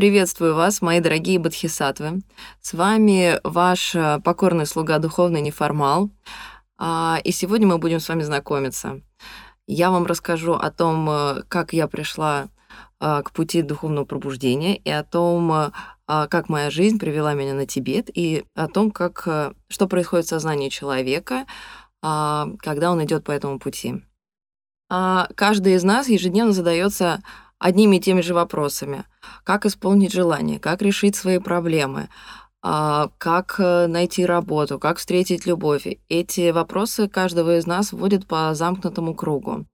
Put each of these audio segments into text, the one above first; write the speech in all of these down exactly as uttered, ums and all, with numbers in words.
Приветствую вас, мои дорогие бодхисаттвы. С вами ваш э, покорный слуга, духовный неформал. А, И сегодня мы будем с вами знакомиться. Я вам расскажу о том, э, как я пришла а, к пути духовного пробуждения, и о том, э, а, как моя жизнь привела меня на Тибет, и о том, как, э, что происходит в сознании человека, а, когда он идет по этому пути. А, Каждый из нас ежедневно задается одними и теми же вопросами. Как исполнить желание, как решить свои проблемы, а, как э, найти работу, как встретить любовь. Эти вопросы каждого из нас вводят по замкнутому кругу.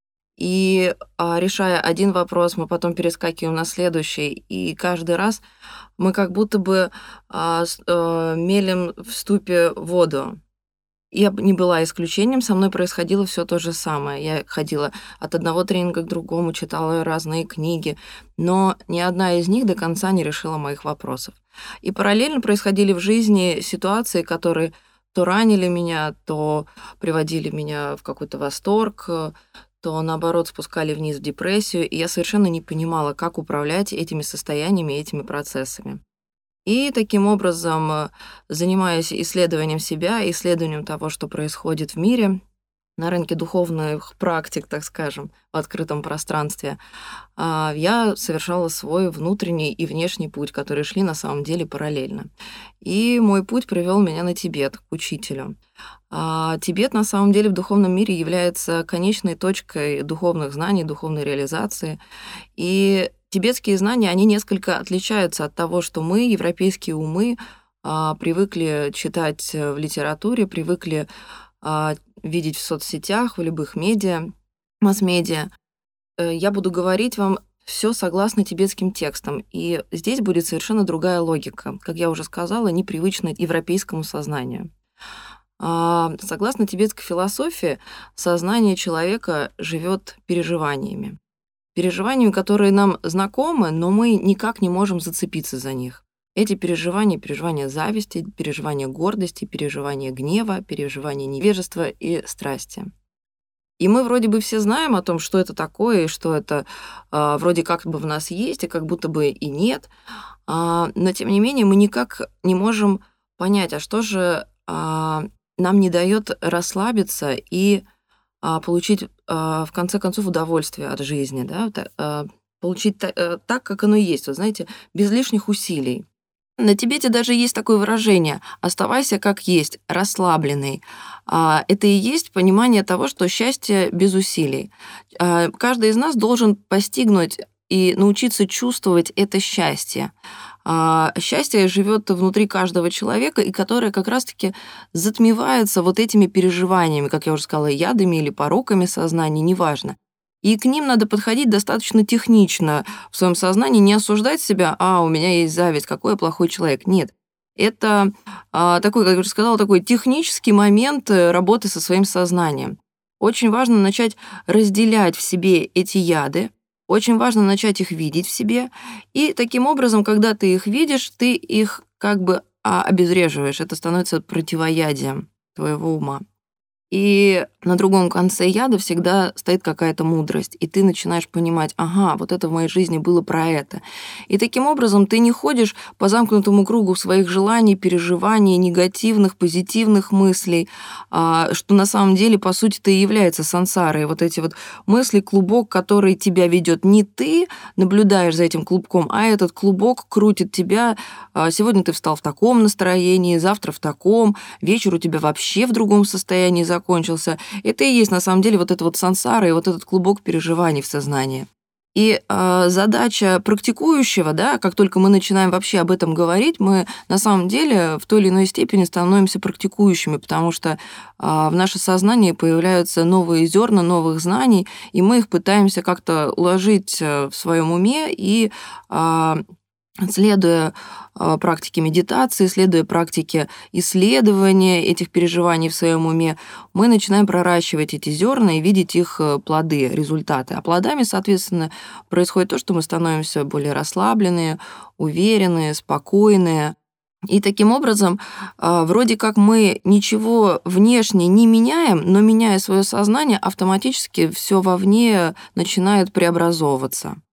И а, решая один вопрос, мы потом перескакиваем на следующий, и каждый раз мы как будто бы а, с- э, мелем в ступе воду. Я б не была исключением, со мной происходило все то же самое. Я ходила от одного тренинга к другому, читала разные книги, но ни одна из них до конца не решила моих вопросов. И параллельно происходили в жизни ситуации, которые то ранили меня, то приводили меня в какой-то восторг, э, то, наоборот, спускали вниз в депрессию, и я совершенно не понимала, как управлять этими состояниями, этими процессами. И таким образом, э, занимаясь исследованием себя, исследованием того, что происходит в мире, на рынке духовных практик, так скажем, в открытом пространстве, а, я совершала свой внутренний и внешний путь, которые шли на самом деле параллельно. И мой путь привел меня на Тибет, к учителю. А, Тибет на самом деле в духовном мире является конечной точкой духовных знаний, духовной реализации. И тибетские знания, они несколько отличаются от того, что мы, европейские умы, а, привыкли читать э, в литературе, привыкли а, видеть в соцсетях, в любых медиа, масс-медиа. Э, Я буду говорить вам все согласно тибетским текстам, и здесь будет совершенно другая логика, как я уже сказала, непривычная европейскому сознанию. А, Согласно тибетской философии, сознание человека живет переживаниями. Переживаниями, которые нам знакомы, но мы никак не можем зацепиться за них. Эти переживания, переживания зависти, переживания гордости, переживания гнева, переживания невежества и страсти. И мы вроде бы все знаем о том, что это такое, и что это а, вроде как бы в нас есть, и как будто бы и нет. А, но тем не менее мы никак не можем понять, а что же а, нам не дает расслабиться и а, получить, а, в конце концов, удовольствие от жизни, да, та- а, получить та- э, так, как оно есть, вот знаете, без лишних усилий. На Тибете даже есть такое выражение «оставайся как есть, расслабленный». А, Это и есть понимание того, что счастье без усилий. А, Каждый из нас должен постигнуть и научиться чувствовать это счастье. А, Счастье живет внутри каждого человека, и которое как раз-таки затмевается вот этими переживаниями, как я уже сказала, ядами или пороками сознания, неважно. И к ним надо подходить достаточно технично в своем сознании, не осуждать себя, а, у меня есть зависть, какой я плохой человек. Нет. Это а, такой, как я уже сказала, такой технический момент э, работы со своим сознанием. Очень важно начать разделять в себе эти яды, очень важно начать их видеть в себе, и таким образом, когда ты их видишь, ты их как бы а, обезвреживаешь. Это становится противоядием твоего ума. И на другом конце яда всегда стоит какая-то мудрость, и ты начинаешь понимать, ага, вот это в моей жизни было про это. И таким образом ты не ходишь по замкнутому кругу своих желаний, переживаний, негативных, позитивных мыслей, а, что на самом деле, по сути-то, и является сансарой. Вот эти вот мысли, клубок, который тебя ведет не ты, наблюдаешь за этим клубком, а этот клубок крутит тебя. а, Сегодня ты встал в таком настроении, завтра в таком, вечер у тебя вообще в другом состоянии закончился. Это и есть на самом деле вот это вот сансара и вот этот клубок переживаний в сознании. И а, задача практикующего, да, как только мы начинаем вообще об этом говорить, мы на самом деле в той или иной степени становимся практикующими, потому что а, в наше сознание появляются новые зерна новых знаний, и мы их пытаемся как-то уложить э, в своем уме и а, следуя а, практике медитации, следуя практике исследования этих переживаний в своем уме, мы начинаем проращивать эти зерна и видеть их э, плоды, результаты. А плодами, соответственно, происходит то, что мы становимся более расслабленные, уверенные, спокойные. И таким образом, а, вроде как мы ничего внешне не меняем, но меняя свое сознание, автоматически все вовне начинает преобразовываться.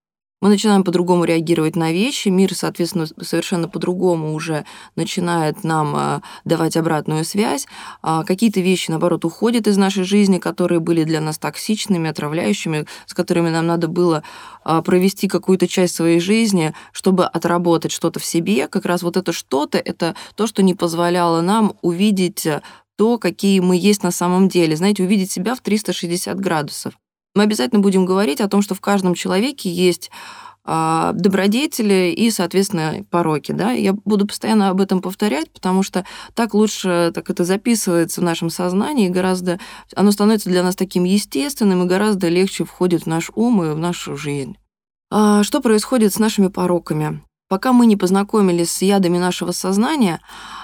Мы начинаем по-другому реагировать на вещи, мир, соответственно, совершенно по-другому уже начинает нам а, давать обратную связь. А, какие-то вещи, наоборот, уходят из нашей жизни, которые были для нас токсичными, отравляющими, с которыми нам надо было а, провести какую-то часть своей жизни, чтобы отработать что-то в себе. Как раз вот это что-то, это то, что не позволяло нам увидеть то, какие мы есть на самом деле. Знаете, увидеть себя в триста шестьдесят градусов. Мы обязательно будем говорить о том, что в каждом человеке есть а, добродетели и, соответственно, пороки. Да? Я буду постоянно об этом повторять, потому что так лучше так это записывается в нашем сознании, и гораздо оно становится для нас таким естественным и гораздо легче входит в наш ум и в нашу жизнь. А, что происходит с нашими пороками? Пока мы не познакомились с ядами нашего сознания,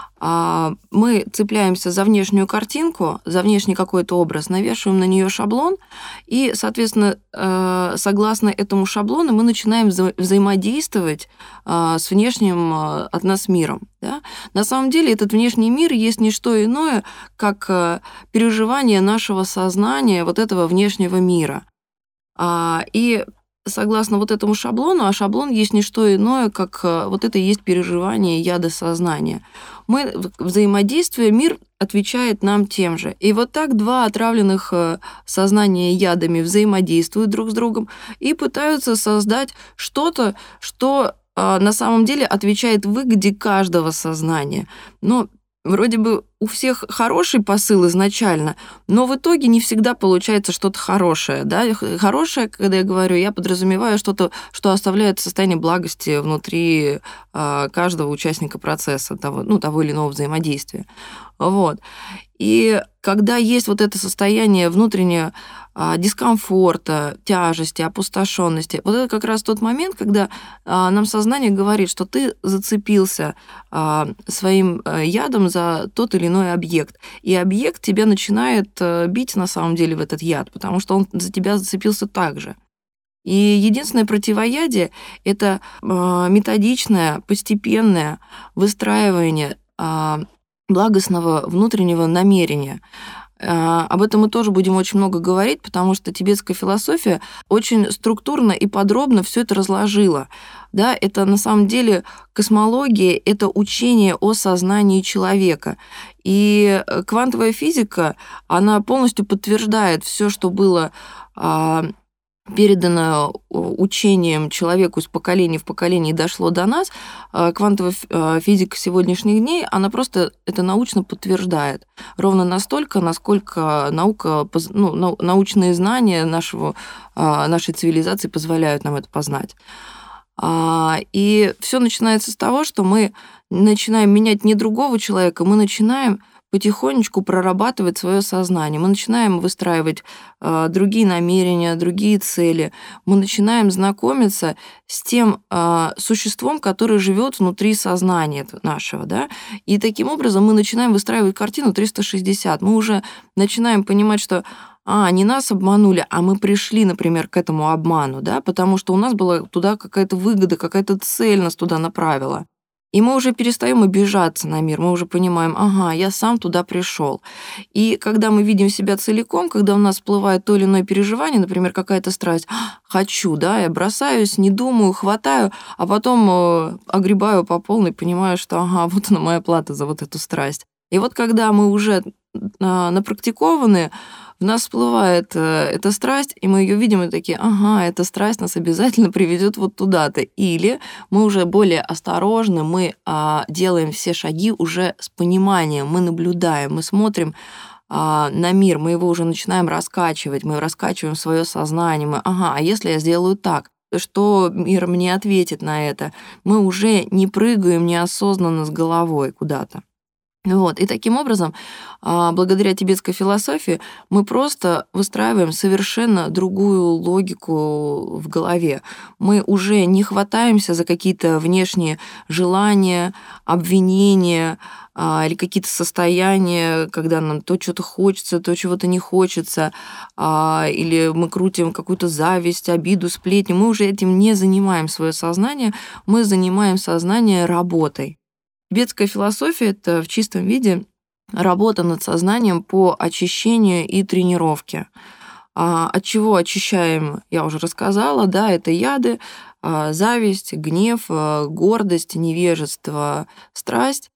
мы цепляемся за внешнюю картинку, за внешний какой-то образ, навешиваем на нее шаблон, и, соответственно, согласно этому шаблону мы начинаем вза- взаимодействовать с внешним от нас миром. Да? На самом деле этот внешний мир есть не что иное, как переживание нашего сознания вот этого внешнего мира. И согласно вот этому шаблону, а шаблон есть не что иное, как вот это и есть переживание яда сознания. Мы взаимодействуем, мир отвечает нам тем же. И вот так два отравленных сознания ядами взаимодействуют друг с другом и пытаются создать что-то, что на самом деле отвечает выгоде каждого сознания. Но вроде бы у всех хороший посыл изначально, но в итоге не всегда получается что-то хорошее. Да? Хорошее, когда я говорю, я подразумеваю что-то, что оставляет состояние благости внутри а, каждого участника процесса, того, ну, того или иного взаимодействия. Вот. И когда есть вот это состояние внутреннего а, дискомфорта, тяжести, опустошенности, вот это как раз тот момент, когда а, нам сознание говорит, что ты зацепился а, своим а, ядом за тот или иной объект. И объект тебя начинает а, бить на самом деле в этот яд, потому что он за тебя зацепился так же. И единственное противоядие – это а, методичное, постепенное выстраивание а, благостного внутреннего намерения. Об этом мы тоже будем очень много говорить, потому что тибетская философия очень структурно и подробно все это разложила. Да, это на самом деле космология, это учение о сознании человека. И квантовая физика, она полностью подтверждает все, что было передано учением человеку из поколения в поколение и дошло до нас, квантовая физика сегодняшних дней, она просто это научно подтверждает. Ровно настолько, насколько наука, ну, научные знания нашего, нашей цивилизации позволяют нам это познать. И все начинается с того, что мы начинаем менять не другого человека, мы начинаем потихонечку прорабатывать свое сознание. Мы начинаем выстраивать э, другие намерения, другие цели. Мы начинаем знакомиться с тем э, существом, которое живет внутри сознания нашего. Да? И таким образом мы начинаем выстраивать картину триста шестьдесят. Мы уже начинаем понимать, что а, не нас обманули, а мы пришли, например, к этому обману, да? Потому что у нас была туда какая-то выгода, какая-то цель нас туда направила. И мы уже перестаем обижаться на мир, мы уже понимаем, ага, я сам туда пришел. И когда мы видим себя целиком, когда у нас всплывает то или иное переживание, например, какая-то страсть, хочу, да, я бросаюсь, не думаю, хватаю, а потом огребаю по полной, понимаю, что ага, вот она моя плата за вот эту страсть. И вот когда мы уже напрактикованы, в нас всплывает э, эта страсть, и мы ее видим и такие, ага, эта страсть нас обязательно приведет вот туда-то. Или мы уже более осторожны, мы а, делаем все шаги уже с пониманием, мы наблюдаем, мы смотрим а, на мир, мы его уже начинаем раскачивать, мы раскачиваем свое сознание, мы, ага, а если я сделаю так? Что мир мне ответит на это? Мы уже не прыгаем неосознанно с головой куда-то. Вот. И таким образом, благодаря тибетской философии, мы просто выстраиваем совершенно другую логику в голове. Мы уже не хватаемся за какие-то внешние желания, обвинения или какие-то состояния, когда нам то что-то хочется, то чего-то не хочется, или мы крутим какую-то зависть, обиду, сплетню. Мы уже этим не занимаем свое сознание, мы занимаем сознание работой. Тибетская философия – это в чистом виде работа над сознанием по очищению и тренировке. А от чего очищаем, я уже рассказала, да, это яды, а, зависть, гнев, а, гордость, невежество, страсть.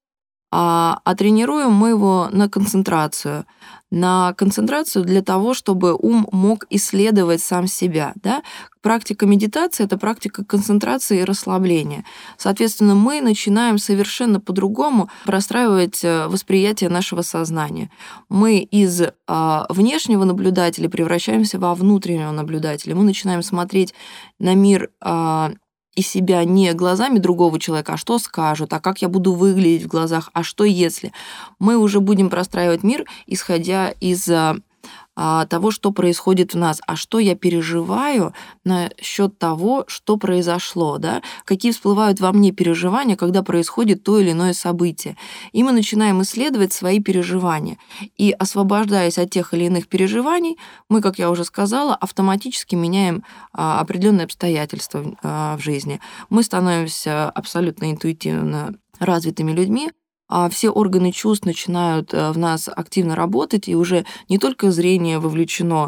А, а тренируем мы его на концентрацию. На концентрацию для того, чтобы ум мог исследовать сам себя. Да? Практика медитации– это практика концентрации и расслабления. Соответственно, мы начинаем совершенно по-другому простраивать э, восприятие нашего сознания. Мы из а, внешнего наблюдателя превращаемся во внутреннего наблюдателя. Мы начинаем смотреть на мир а, и себя не глазами другого человека, а что скажут, а как я буду выглядеть в глазах, а что если. Мы уже будем простраивать мир, исходя из а, а, того, что происходит в нас, а что я переживаю насчет того, что произошло, да? Какие всплывают во мне переживания, когда происходит то или иное событие. И мы начинаем исследовать свои переживания. И освобождаясь от тех или иных переживаний, мы, как я уже сказала, автоматически меняем а, определенные обстоятельства а, в жизни. Мы становимся абсолютно интуитивно развитыми людьми, а все органы чувств начинают э, в нас активно работать, и уже не только зрение вовлечено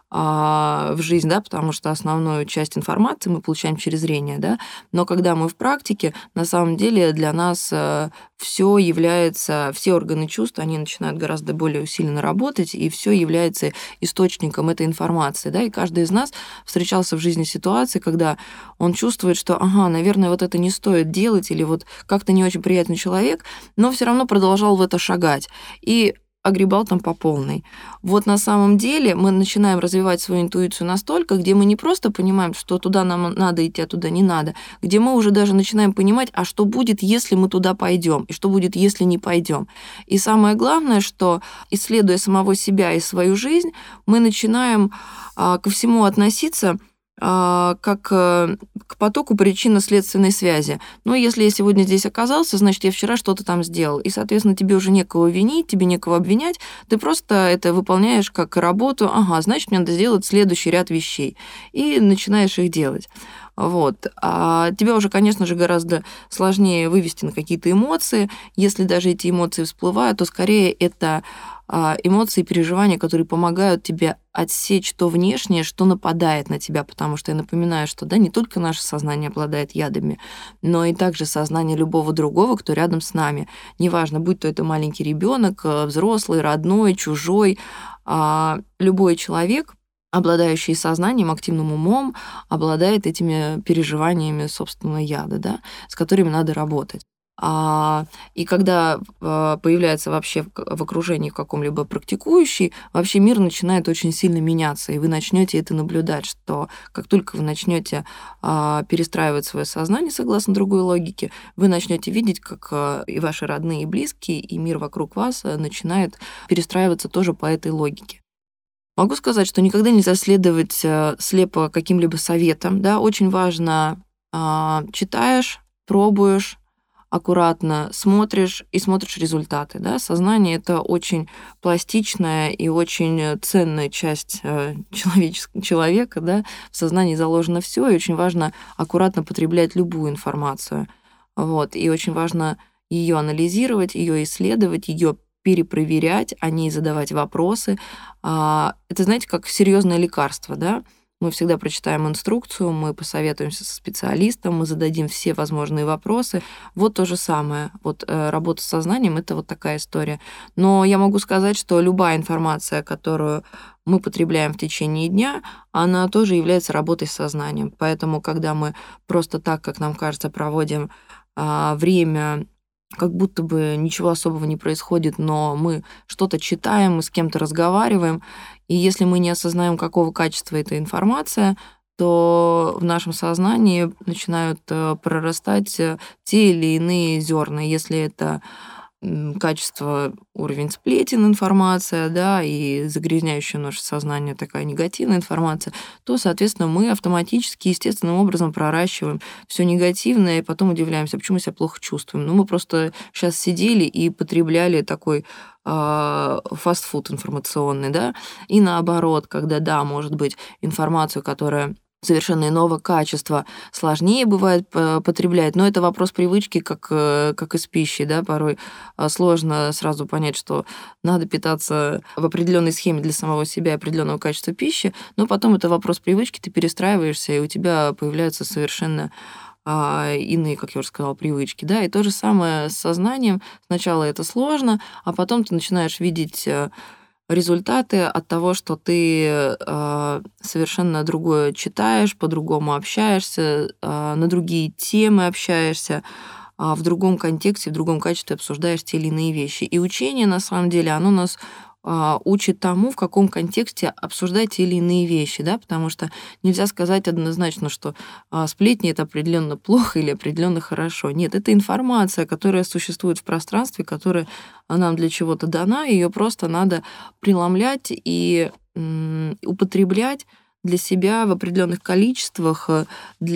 а, в жизнь, да, потому что основную часть информации мы получаем через зрение, да, но когда мы в практике, на самом деле для нас э, все является, все органы чувств, они начинают гораздо более усиленно работать, и все является источником этой информации, да, и каждый из нас встречался в жизни ситуации, когда он чувствует, что, ага, наверное, вот это не стоит делать, или вот как-то не очень приятный человек, но все равно продолжал в это шагать. И огребал там по полной. Вот на самом деле мы начинаем развивать свою интуицию настолько, где мы не просто понимаем, что туда нам надо идти, а туда не надо, где мы уже даже начинаем понимать, а что будет, если мы туда пойдем, и что будет, если не пойдем. И самое главное, что, исследуя самого себя и свою жизнь, мы начинаем а, ко всему относиться а, как э, к потоку причинно-следственной связи. Ну, если я сегодня здесь оказался, значит, я вчера что-то там сделал. И, соответственно, тебе уже некого винить, тебе некого обвинять. Ты просто это выполняешь как работу. Ага, значит, мне надо сделать следующий ряд вещей. И начинаешь их делать. Вот. А тебя уже, конечно же, гораздо сложнее вывести на какие-то эмоции. Если даже эти эмоции всплывают, то скорее это эмоции и переживания, которые помогают тебе отсечь то внешнее, что нападает на тебя, потому что я напоминаю, что да, не только наше сознание обладает ядами, но и также сознание любого другого, кто рядом с нами. Неважно, будь то это маленький ребенок, взрослый, родной, чужой, любой человек, обладающий сознанием, активным умом, обладает этими переживаниями собственного яда, да, с которыми надо работать. А, и когда а, появляется вообще в, в окружении в каком-либо практикующий, вообще мир начинает очень сильно меняться, и вы начнете это наблюдать, что как только вы начнете а, перестраивать свое сознание согласно другой логике, вы начнете видеть, как а, и ваши родные, и близкие, и мир вокруг вас а, начинает перестраиваться тоже по этой логике. Могу сказать, что никогда нельзя следовать а, слепо каким-либо советам, да, очень важно а, читаешь, пробуешь, аккуратно смотришь и смотришь результаты. Да? Сознание — это очень пластичная и очень ценная часть э, человечес- человека. Да? В сознании заложено все, и очень важно аккуратно потреблять любую информацию. Вот. И очень важно ее анализировать, ее исследовать, ее перепроверять, о ней задавать вопросы. А, это, знаете, как серьезное лекарство, да? Мы всегда прочитаем инструкцию, мы посоветуемся со специалистом, мы зададим все возможные вопросы. Вот то же самое. Вот э, работа с сознанием — это вот такая история. Но я могу сказать, что любая информация, которую мы потребляем в течение дня, она тоже является работой с сознанием. Поэтому, когда мы просто так, как нам кажется, проводим э, время, как будто бы ничего особого не происходит, но мы что-то читаем, мы с кем-то разговариваем, и если мы не осознаем, какого качества эта информация, то в нашем сознании начинают э, прорастать э, те или иные зерна. Если это м, качество, уровень сплетен, информация, да, и загрязняющая наше сознание такая негативная информация, то, соответственно, мы автоматически, естественным образом проращиваем все негативное, и потом удивляемся, почему мы себя плохо чувствуем. Ну, мы просто сейчас сидели и потребляли такой а, фастфуд информационный, да, и наоборот, когда, да, может быть, информацию, которая совершенно иного качества. Сложнее бывает п потреблять, но это вопрос привычки, как, э, как и с пищей, да. Порой, а, сложно сразу понять, что надо питаться в определенной схеме для самого себя определенного качества пищи, но потом это вопрос привычки, ты перестраиваешься, и у тебя появляются совершенно, а, иные, как я уже сказала, привычки, да. И то же самое с сознанием. Сначала это сложно, а потом ты начинаешь видеть, э, результаты от того, что ты, а, совершенно другое читаешь, по-другому общаешься, а, на другие темы общаешься, а, в другом контексте, в другом качестве обсуждаешь те или иные вещи. И учение, на самом деле, оно нас, а, учит тому, в каком контексте обсуждать те или иные вещи, да, потому что нельзя сказать однозначно, что, а, сплетни- это определенно плохо или определенно хорошо. Нет, это информация, которая существует в пространстве, которая, а, нам для чего-то дана, ее просто надо преломлять и, м, употреблять для себя в определенных количествах, э,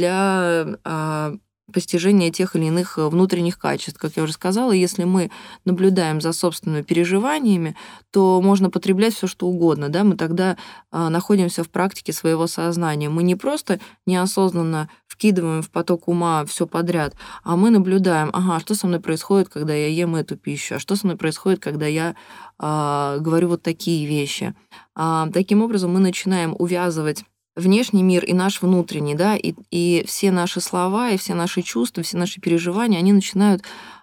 для, а, постижения тех или иных, э, внутренних качеств. Как я уже сказала, если мы наблюдаем за собственными переживаниями, то можно потреблять все что угодно, да. Мы тогда, а, находимся в практике своего сознания. Мы не просто неосознанно вкидываем в поток ума все подряд, а мы наблюдаем: ага, что со мной происходит, когда я ем эту пищу, а что со мной происходит, когда я, а, говорю вот такие вещи. А, таким образом мы начинаем увязывать внешний мир и наш внутренний, да, и, и все наши слова, и все наши чувства, все наши переживания, они начинают,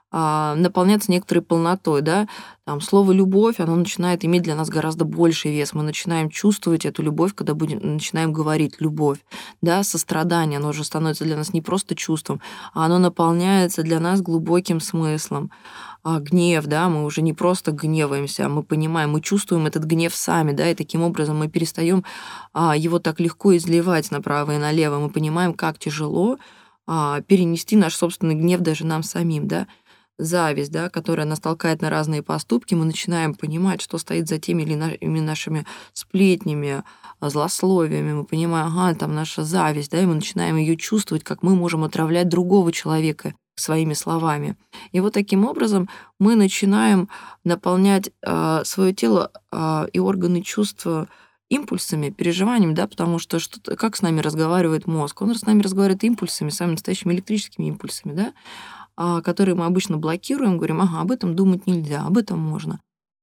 а, наполняться некоторой полнотой, да. Там слово «любовь», оно начинает иметь для нас гораздо больший вес. Мы начинаем чувствовать эту любовь, когда будем, начинаем говорить «любовь», да. Сострадание, оно уже становится для нас не просто чувством, а оно наполняется для нас глубоким смыслом. А, гнев, да, мы уже не просто гневаемся, а мы понимаем, мы чувствуем этот гнев сами, да, и таким образом мы перестаем, а, его так легко изливать направо и налево. Мы понимаем, как тяжело, а, перенести наш собственный гнев даже нам самим, да. Зависть, да, которая нас толкает на разные поступки, мы начинаем понимать, что стоит за теми или иными нашими сплетнями, а, злословиями. Мы понимаем, ага, там наша зависть, да, и мы начинаем ее чувствовать, как мы можем отравлять другого человека своими словами. И вот таким образом мы начинаем наполнять, а, свое тело, а, и органы чувств импульсами, переживаниями, да, потому что что-то, как с нами разговаривает мозг? Он с нами разговаривает импульсами, самыми настоящими электрическими импульсами, да, а, которые мы обычно блокируем, говорим: ага, об этом думать нельзя, об этом можно.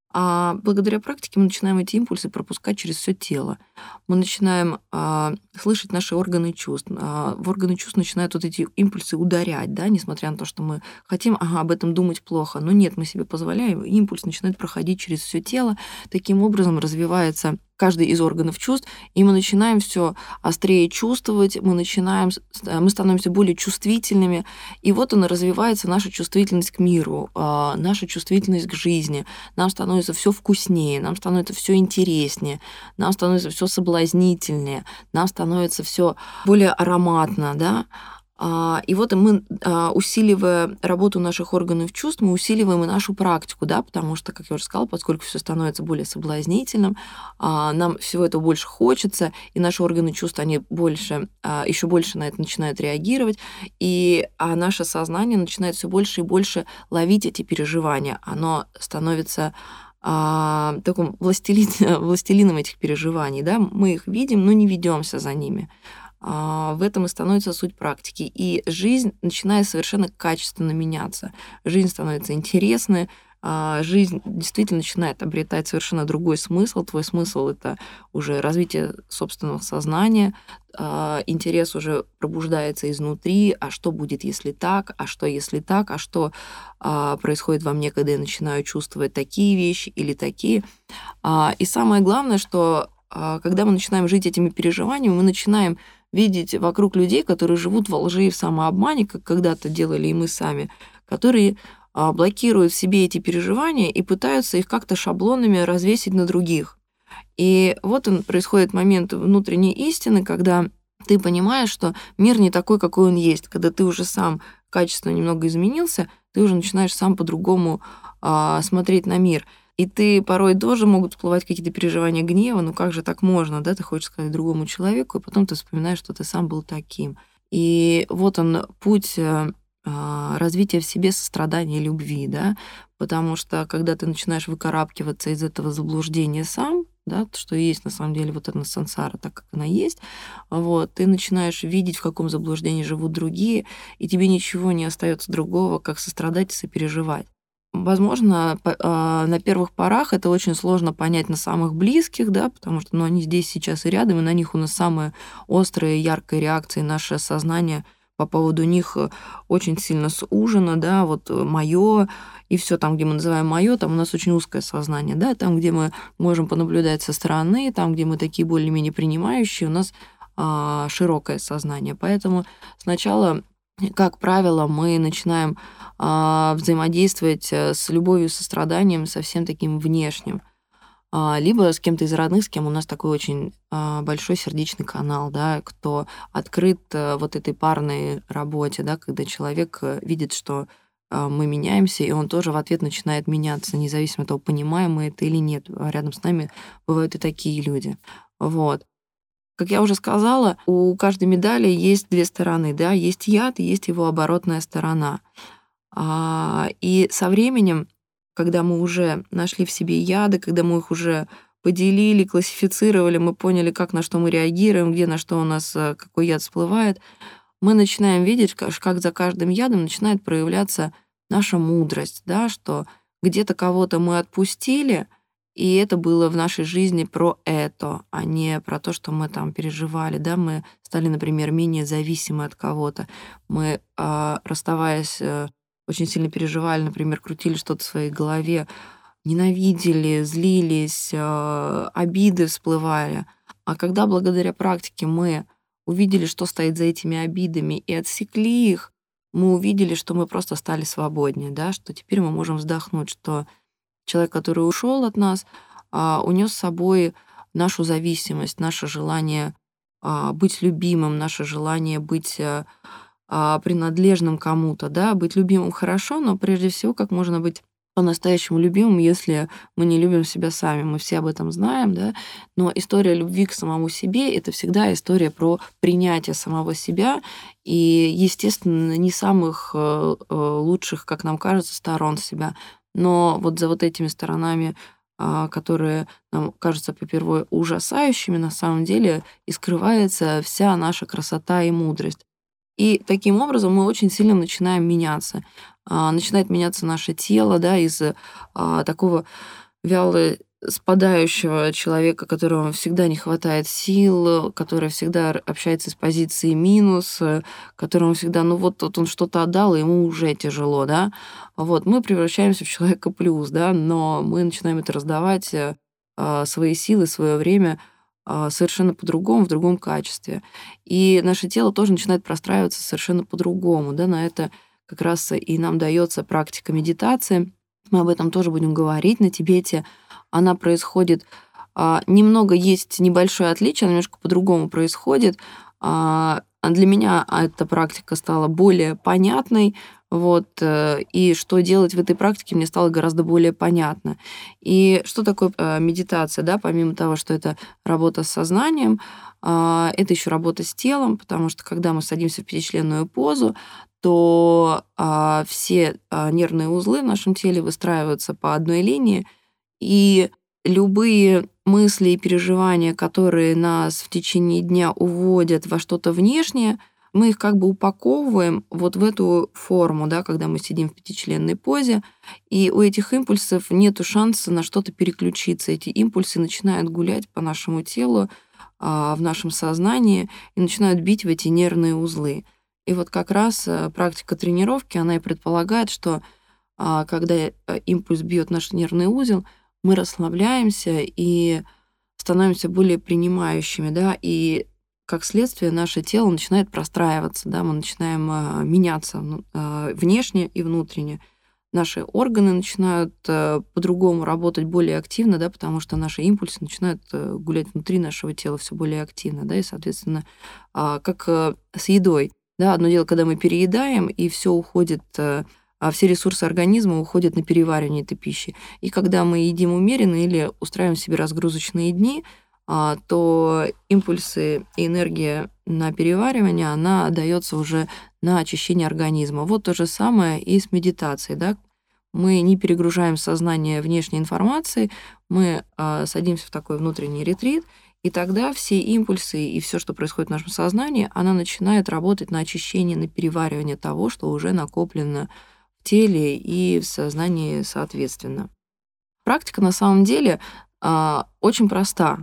А благодаря практике мы начинаем эти импульсы пропускать через все тело. Мы начинаем, а, слышать наши органы чувств. А, в органы чувств начинают вот эти импульсы ударять, да, несмотря на то, что мы хотим, ага, об этом думать плохо. Но нет, мы себе позволяем, и импульс начинает проходить через все тело. Таким образом развивается каждый из органов чувств, и мы начинаем все острее чувствовать, мы начинаем, с- с- мы становимся более чувствительными, и вот она развивается, наша чувствительность к миру, а, наша чувствительность к жизни. Нам становится все вкуснее, нам становится все интереснее, нам становится все соблазнительнее, нам становится все более ароматно, да. А, И вот мы, а, усиливая работу наших органов чувств, мы усиливаем и нашу практику, да, потому что, как я уже сказала, поскольку все становится более соблазнительным, а, нам всего этого больше хочется, и наши органы чувств, они больше, еще больше на это начинают реагировать, и а наше сознание начинает все больше и больше ловить эти переживания. Оно становится, а, таким властелин, властелином этих переживаний, да. Мы их видим, но не ведемся за ними. А, в этом и становится суть практики. И жизнь начинает совершенно качественно меняться. Жизнь становится интересной, а, жизнь действительно начинает обретать совершенно другой смысл. Твой смысл — это уже развитие собственного сознания, а, интерес уже пробуждается изнутри. А что будет, если так? А что, если так? А что, а, происходит во мне, когда я начинаю чувствовать такие вещи или такие? А, и самое главное, что, а, когда мы начинаем жить этими переживаниями, мы начинаем видеть вокруг людей, которые живут во лжи и в самообмане, как когда-то делали и мы сами, которые, а, блокируют в себе эти переживания и пытаются их как-то шаблонами развесить на других. И вот он, происходит момент внутренней истины, когда ты понимаешь, что мир не такой, какой он есть. Когда ты уже сам качественно немного изменился, ты уже начинаешь сам по-другому, а, смотреть на мир. И ты порой тоже могут всплывать какие-то переживания гнева. Ну как же так можно, да? Ты хочешь сказать другому человеку, и потом ты вспоминаешь, что ты сам был таким. И вот он путь, э, а, развития в себе сострадания и любви, да. Потому что когда ты начинаешь выкарабкиваться из этого заблуждения сам, да, что и есть на самом деле вот эта сансара, так как она есть, вот, ты начинаешь видеть, в каком заблуждении живут другие, и тебе ничего не остается другого, как сострадать и сопереживать. Возможно, п а, на первых порах это очень сложно понять на самых близких, да, потому что, ну, они здесь сейчас и рядом, и на них у нас самая острая, яркая реакция, и наше сознание по поводу них, э, очень сильно сужено, да. Вот, э, моё и всё там, где мы называем моё, там у нас очень узкое сознание, да. Там, где мы можем понаблюдать со стороны, там, где мы такие более-менее принимающие, у нас, а, широкое сознание. Поэтому сначала, как правило, мы начинаем, а, взаимодействовать, э, с любовью, состраданием, совсем таким внешним. А, либо с кем-то из родных, с кем у нас такой очень, а, большой сердечный канал, да, кто открыт, э, вот этой парной работе, да, когда человек, э, видит, что, а, мы меняемся, и он тоже в ответ начинает меняться, независимо от того, понимаем мы это или нет. А рядом с нами бывают и такие люди. Вот. Как я уже сказала, у каждой медали есть две стороны, да. Есть яд, есть его оборотная сторона. А, и со временем, когда мы уже нашли в себе яды, когда мы их уже поделили, классифицировали, мы поняли, как на что мы реагируем, где на что у нас, э, какой яд всплывает, мы начинаем видеть, каш как за каждым ядом начинает проявляться наша мудрость, да, что где-то кого-то мы отпустили, и это было в нашей жизни про это, а не про то, что мы там переживали, да. Мы стали, например, менее зависимы от кого-то. Мы, а, расставаясь, э, очень сильно переживали, например, крутили что-то в своей голове, ненавидели, злились, а, обиды всплывали. А когда благодаря практике мы увидели, что стоит за этими обидами, и отсекли их, мы увидели, что мы просто стали свободнее, да, что теперь мы можем вздохнуть, что человек, который ушел от нас, а, унес с собой нашу зависимость, наше желание, а, быть любимым, наше желание быть, а, а, принадлежным кому-то, да. Быть любимым хорошо, но прежде всего, как можно быть по-настоящему любимым, если мы не любим себя сами? Мы все об этом знаем, да. Но история любви к самому себе — это всегда история про принятие самого себя и, естественно, не самых, э, э, лучших, как нам кажется, сторон себя. Но вот за вот этими сторонами, а, которые нам кажутся попервой ужасающими, на самом деле и скрывается вся наша красота и мудрость. И таким образом мы очень сильно начинаем меняться. А, начинает меняться наше тело, да, из, а, такого вяло спадающего человека, которому всегда не хватает сил, который всегда р общается с позиции минус, э, которому всегда, ну, вот вот он что-то отдал, и ему уже тяжело, да. Вот. Мы превращаемся в человека плюс, да, но мы начинаем это раздавать, э, а, свои силы, своё время, а, совершенно по-другому, в другом качестве. И наше тело тоже начинает простраиваться совершенно по-другому, да. На это как раз и нам даётся практика медитации. Мы об этом тоже будем говорить на Тибете. Она происходит, а, немного есть небольшое отличие, она немножко по-другому происходит. А, а для меня эта практика стала более понятной, вот, э, и что делать в этой практике мне стало гораздо более понятно. И что такое, э, медитация, да, помимо того, что это работа с сознанием, а, это ещё работа с телом, потому что когда мы садимся в пятичленную позу, то, а, все, а, нервные узлы в нашем теле выстраиваются по одной линии, и любые мысли и переживания, которые нас в течение дня уводят во что-то внешнее, мы их как бы упаковываем вот в эту форму, да, когда мы сидим в пятичленной позе, и у этих импульсов нету шанса на что-то переключиться. Эти импульсы начинают гулять по нашему телу, а, в нашем сознании и начинают бить в эти нервные узлы. И вот как раз, э, практика тренировки, она и предполагает, что, а, когда, э, импульс бьёт наш нервный узел, мы расслабляемся и становимся более принимающими, да, и как следствие наше тело начинает простраиваться, да, мы начинаем, а, меняться, ну, а, внешне и внутренне. Наши органы начинают, э, по-другому работать, более активно, да, потому что наши импульсы начинают, э, гулять внутри нашего тела всё более активно, да, и, соответственно, а, как, э, с едой, да. Одно дело, когда мы переедаем, и всё уходит, э, а, все ресурсы организма уходят на переваривание этой пищи. И когда мы едим умеренно или устраиваем себе разгрузочные дни, а, то импульсы и энергия на переваривание, она даётся уже на очищение организма. Вот то же самое и с медитацией, да. мы не перегружаем сознание внешней информацией, мы а, садимся в такой внутренний ретрит, и тогда все импульсы и все, что происходит в нашем сознании, она начинает работать на очищение, на переваривание того, что уже накоплено в теле и в сознании соответственно. Практика на самом деле а, очень проста.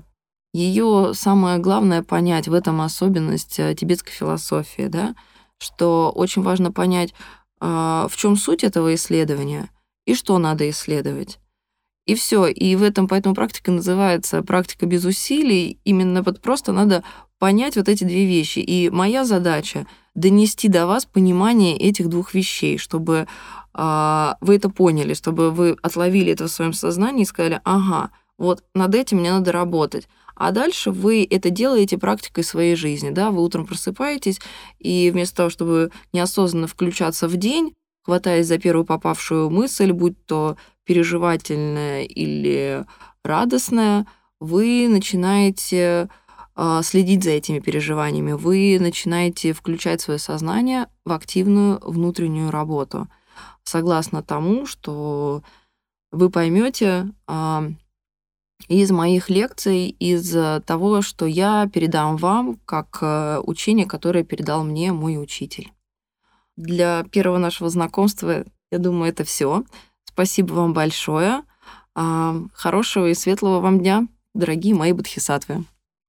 Ее самое главное понять, в этом особенность э, тибетской философии, да, что очень важно понять, а, в чем суть этого исследования и что надо исследовать. И все. И в этом поэтому практика называется практика без усилий. Именно вот просто надо понять вот эти две вещи. И моя задача — донести до вас понимание этих двух вещей, чтобы а, вы это поняли, чтобы вы отловили это в своем сознании и сказали: ага, вот над этим мне надо работать. А дальше вы это делаете практикой своей жизни, да. Вы утром просыпаетесь, и вместо того, чтобы неосознанно включаться в день, хватаясь за первую попавшую мысль, будь то переживательная или радостная, вы начинаете а, следить за этими переживаниями, вы начинаете включать свое сознание в активную внутреннюю работу. Согласно тому, что вы поймете а, из моих лекций, из э, того, что я передам вам, как э, учение, которое передал мне мой учитель. Для первого нашего знакомства, я думаю, это все. Спасибо вам большое. А, Хорошего и светлого вам дня, дорогие мои бодхисаттвы.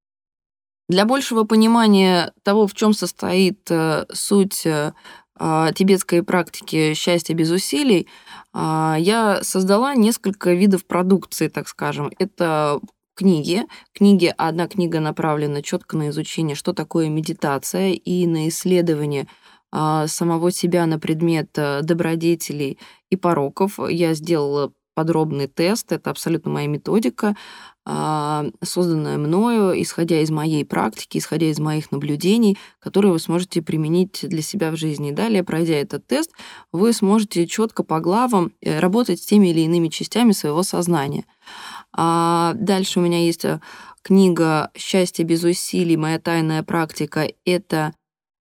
Для большего понимания того, в чем состоит э, суть э, а, тибетской практики счастья без усилий, а, я создала несколько видов продукции, так скажем. Это книги. Книги, одна книга направлена четко на изучение, что такое медитация, и на исследование а, самого себя на предмет э, добродетелей и пороков. Я сделала подробный тест, это абсолютно моя методика, а, созданная мною, исходя из моей практики, исходя из моих наблюдений, которые вы сможете применить для себя в жизни. Далее, пройдя этот тест, вы сможете четко по главам э, работать с теми или иными частями своего сознания. А дальше у меня есть э, книга «Счастье без усилий. Моя тайная практика». Это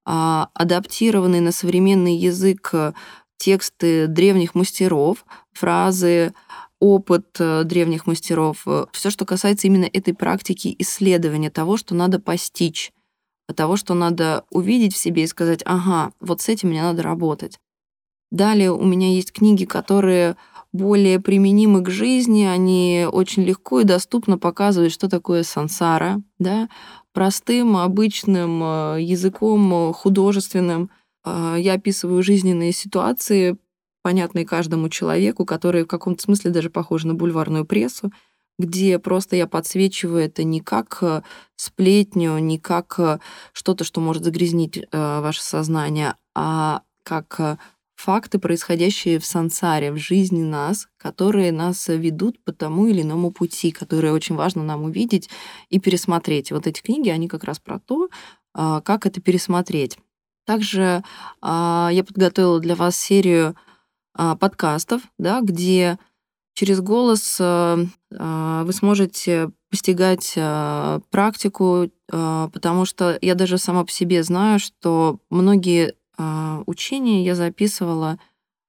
а, адаптированные на современный язык э, тексты древних мастеров, фразы, опыт э, древних мастеров, все, что касается именно этой практики исследования того, что надо постичь, того, что надо увидеть в себе и сказать: ага, вот с этим мне надо работать. Далее у меня есть книги, которые более применимы к жизни, они очень легко и доступно показывают, что такое сансара, да, простым, обычным э, языком, э, художественным. Э, Я описываю жизненные ситуации, понятные каждому человеку, которые в каком-то смысле даже похожи на бульварную прессу, где просто я подсвечиваю это не как э, сплетню, не как э, что-то, что может загрязнить э, ваше сознание, а как э, факты, происходящие в сансаре, в жизни нас, которые нас ведут по тому или иному пути, которые очень важно нам увидеть и пересмотреть. Вот эти книги, они как раз про то, а, как это пересмотреть. Также а, я подготовила для вас серию а, подкастов, да, где через голос а, а, вы сможете постигать а, практику, а, потому что я даже сама по себе знаю, что многие а, учения я записывала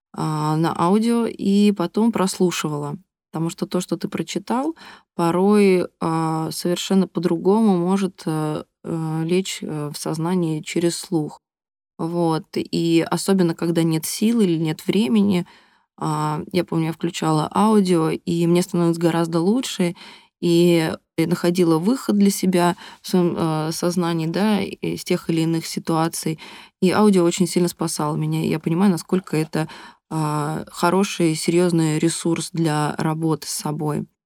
а, на аудио и потом прослушивала. Потому что то, что ты прочитал, порой а, совершенно по-другому может э, э, лечь э, в сознании через слух. Вот. И особенно, когда нет сил или нет времени, а, я помню, я включала аудио, и мне становилось гораздо лучше, и я находила выход для себя в своем э, сознании, да, из тех или иных ситуаций. И аудио очень сильно спасало меня. И я понимаю, насколько это а, хороший, серьезный ресурс для работы с собой.